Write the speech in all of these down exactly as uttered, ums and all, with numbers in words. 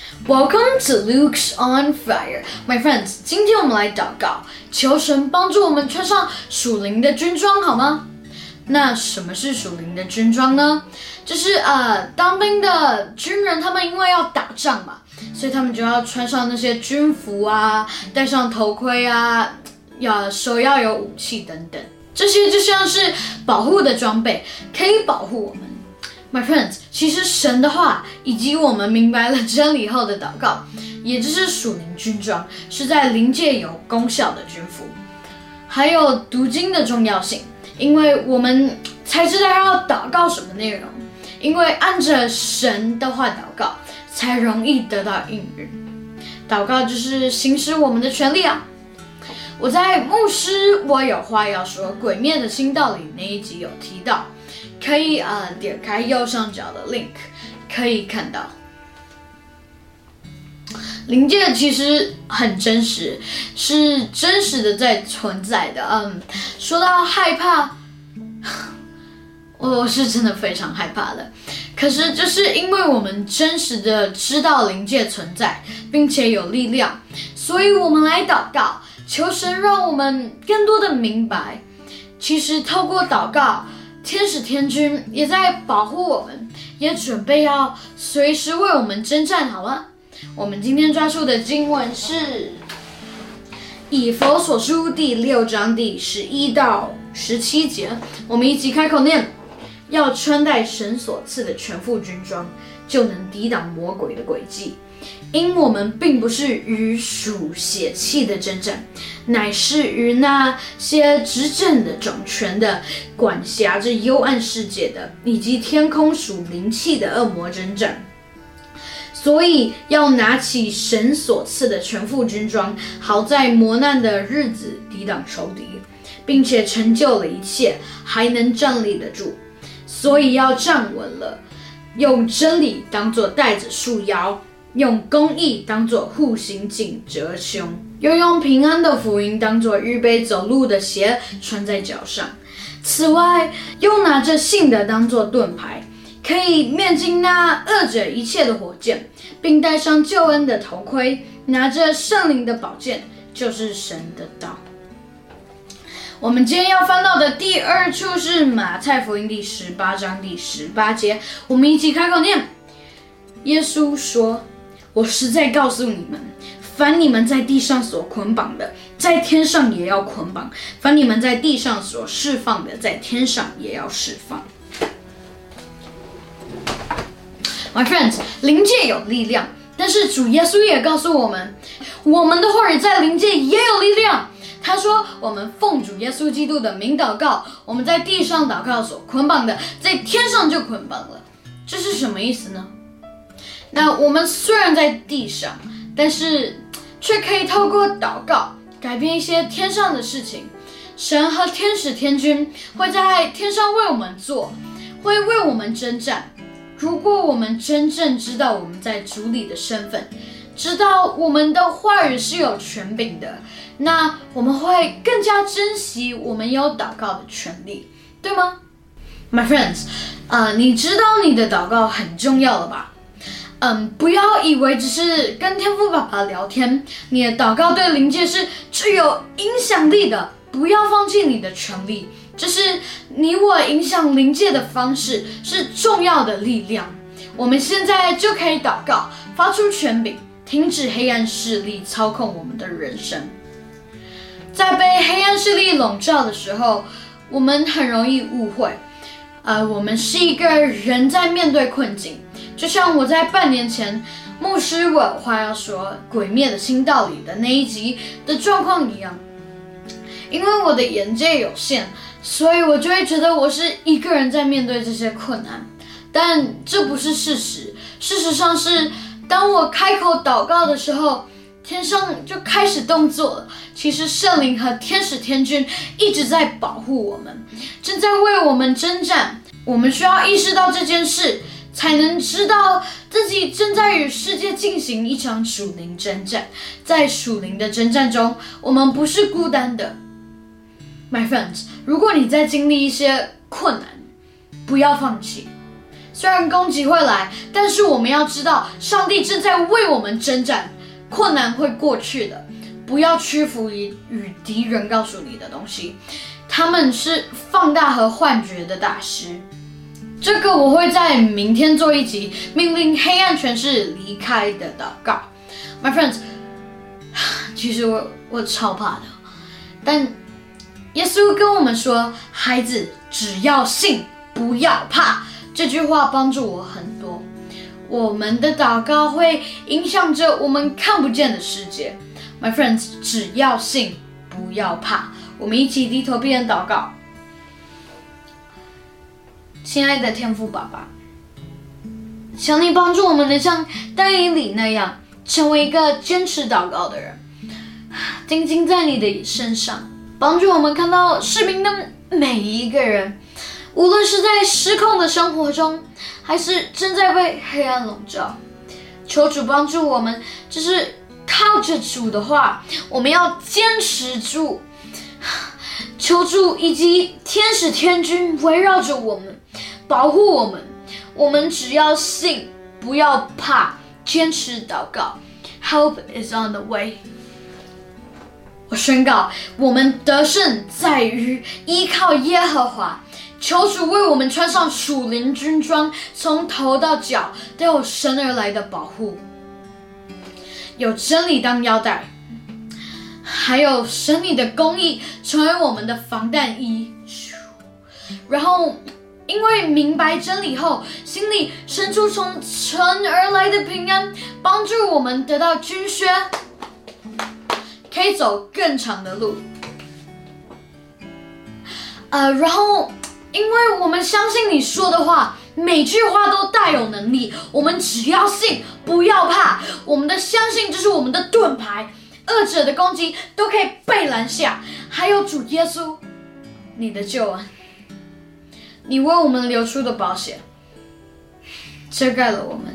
Welcome to Luke's on Fire, my friends. 今天我们来祷告，求神帮助我们穿上属灵的军装，好吗？那什么是属灵的军装呢？就是呃，当兵的军人，他们因为要打仗嘛，所以他们就要穿上那些军服啊，戴上头盔啊，要手要有武器等等，这些就像是保护的装备，可以保护我们。My friends， 其实神的话以及我们明白了真理后的祷告，也就是属灵军装，是在灵界有功效的军服。还有读经的重要性，因为我们才知道要祷告什么内容，因为按着神的话祷告，才容易得到应允。祷告就是行使我们的权利啊！我在牧师我有话要说鬼灭的新道理那一集有提到，可以呃点开右上角的 link 可以看到。灵界其实很真实，是真实的在存在的。嗯，说到害怕，我是真的非常害怕的。可是就是因为我们真实的知道灵界存在，并且有力量，所以我们来祷告，求神让我们更多的明白，其实透过祷告，天使天军也在保护我们，也准备要随时为我们征战，好吗？我们今天抓住的经文是以弗所书第六章第十一到十七节，我们一起开口念：要穿戴神所赐的全副军装，就能抵挡魔鬼的诡计。因我们并不是与属血气的征战，乃是与那些执政的、掌权的、管辖着幽暗世界的，以及天空属灵气的恶魔征战。所以要拿起神所赐的全副军装，好在磨难的日子抵挡仇敌，并且成就了一切，还能站立得住。所以要站稳了，用真理当作带子束腰，用公义当作护心镜折胸，又用平安的福音当作预备走路的鞋穿在脚上。此外，又拿着信的当作盾牌，可以面镜那恶者一切的火箭，并戴上救恩的头盔，拿着圣灵的宝剑，就是神的道。我们今天要翻到的第二处是马太福音第十八章第十八节，我们一起开口念：耶稣说，我实在告诉你们，凡你们在地上所捆绑的，在天上也要捆绑；凡你们在地上所释放的，在天上也要释放。My friends， 灵界有力量，但是主耶稣也告诉我们，我们的话语在灵界也有力量。他说，我们奉主耶稣基督的名祷告，我们在地上祷告所捆绑的，在天上就捆绑了。这是什么意思呢？那我们虽然在地上，但是却可以透过祷告改变一些天上的事情。神和天使天军会在天上为我们做，会为我们征战。如果我们真正知道我们在主里的身份，知道我们的话语是有权柄的，那我们会更加珍惜我们有祷告的权利，对吗 ？My friends， 呃，你知道你的祷告很重要了吧？嗯，不要以为只是跟天父爸爸聊天，你的祷告对灵界是具有影响力的。不要放弃你的权利，这是你我影响灵界的方式，是重要的力量。我们现在就可以祷告，发出权柄，停止黑暗势力操控我们的人生。在被黑暗势力笼罩的时候，我们很容易误会，呃，我们是一个人在面对困境。就像我在半年前牧师我有话要说鬼灭的新道理的那一集的状况一样，因为我的眼界有限，所以我就会觉得我是一个人在面对这些困难，但这不是事实。事实上是，当我开口祷告的时候，天上就开始动作了。其实圣灵和天使天军一直在保护我们，正在为我们征战。我们需要意识到这件事，才能知道自己正在与世界进行一场属灵征战。在属灵的征战中，我们不是孤单的。My friends， 如果你在经历一些困难，不要放弃。 虽然攻击会来，但是我们要知道，上帝正在为我们征战，困难会过去的。不要屈服于与敌人告诉你的东西，他们是放大和幻觉的大师。这个我会在明天做一集，命令黑暗权势离开的祷告。My friends， 其实我我超怕的，但耶稣跟我们说，孩子只要信，不要怕。这句话帮助我很多。我们的祷告会影响着我们看不见的世界。My friends， 只要信，不要怕。我们一起低头闭眼祷告。亲爱的天父爸爸，求你帮助我们能像但以理那样，成为一个坚持祷告的人，定睛在你的身上，帮助我们看到视频的每一个人，无论是在失控的生活中，还是正在被黑暗笼罩。求主帮助我们，就是靠着主的话，我们要坚持住。求主以及天使天军围绕着我们，保护我们。我们只要信，不要怕，坚持祷告。Help is on the way。我宣告，我们得胜在于依靠耶和华。求主为我们穿上属灵军装，从头到脚都有神而来的保护，有真理当腰带，还有神你的公义成为我们的防弹衣。然后因为明白真理后，心里生出从神而来的平安，帮助我们得到军靴，可以走更长的路。呃，然后因为我们相信你说的话，每句话都带有能力，我们只要信，不要怕。我们的相信就是我们的盾牌，恶者的攻击都可以被拦下。还有主耶稣，你的救恩，你为我们流出的宝血，遮盖了我们，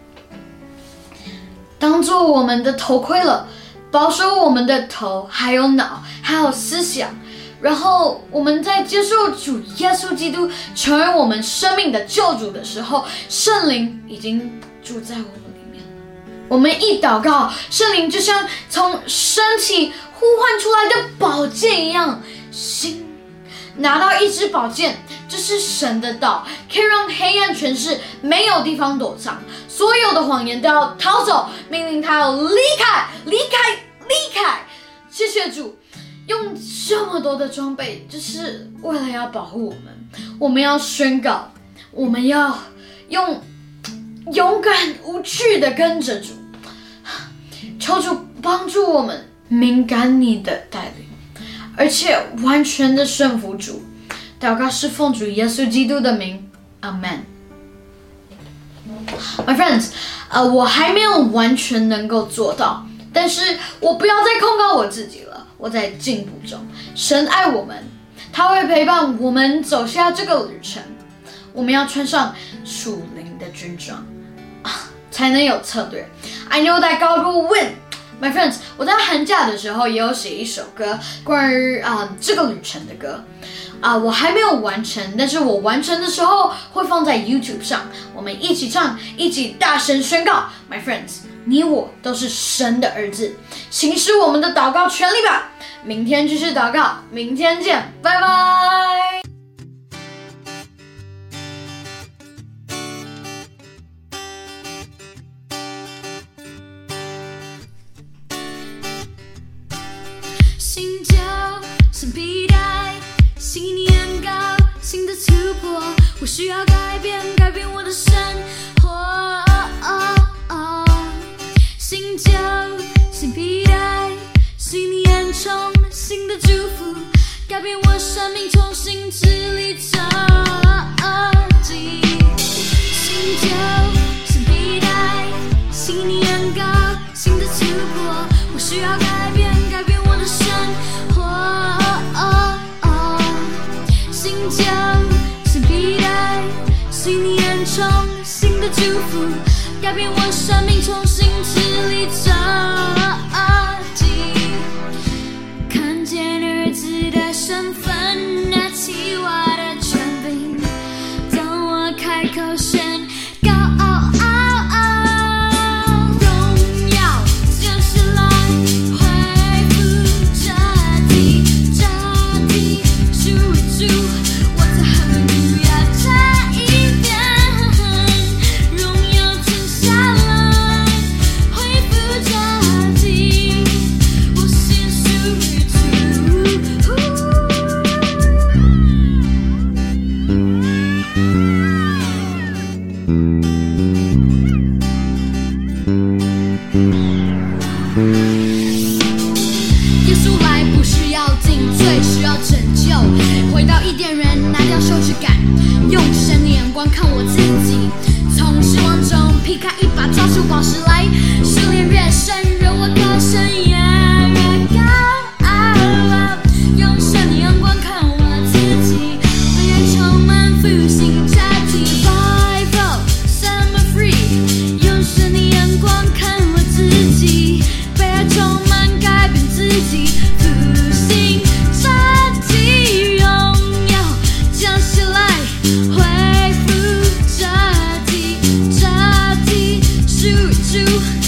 当作我们的头盔了，保守我们的头，还有脑，还有思想。然后我们在接受主耶稣基督成为我们生命的救主的时候，圣灵已经住在我们里面了。我们一祷告，圣灵就像从身体呼唤出来的宝剑一样，心拿到一支宝剑，这是神的道，可以让黑暗权势没有地方躲藏，所有的谎言都要逃走，命令他要离开，离开，离开。谢谢主。用这么多的装备，就是为了要保护我们。我们要宣告，我们要用勇敢无惧的跟着主。求主帮助我们敏感你的带领，而且完全的顺服主。祷告是奉主耶稣基督的名 ，Amen。My friends， 呃，我还没有完全能够做到，但是我不要再控告我自己了。我在进步中，神爱我们，他会陪伴我们走下这个旅程。我们要穿上属灵的军装，啊，才能有策略。I know that God will win, my friends。我在寒假的时候也有写一首歌，关于啊、呃、这个旅程的歌，啊、呃，我还没有完成，但是我完成的时候会放在 YouTube 上，我们一起唱，一起大声宣告 ，my friends。你我都是神的儿子，行使我们的祷告权利吧。明天继续祷告，明天见，拜拜。 新旧新皮带，信念高，新的突破，我需要改变，改变我的生活。新旧新皮带，信念充新的祝福，改变我生命，重新治理着己。新旧新皮带，信念高，新的突破，我需要改变，改变我的生活。新旧新皮带，信念充新的祝福，改变我生命，重新治理着己。看见儿子的身份，拿起我的权柄，当我开口宣耶稣来不是要定罪，是要拯救。回到伊甸园，拿掉羞耻感，用神的眼光看我自己，从失望中劈开一把，抓出宝石来。试炼越深，让我歌声也越高。用神的眼光看我自己，被爱充满复兴家庭 ，Bible set me free。用神的眼光看我自己，被爱充满改变自己，复兴家庭，荣耀降下来，恢复家庭，家庭属主。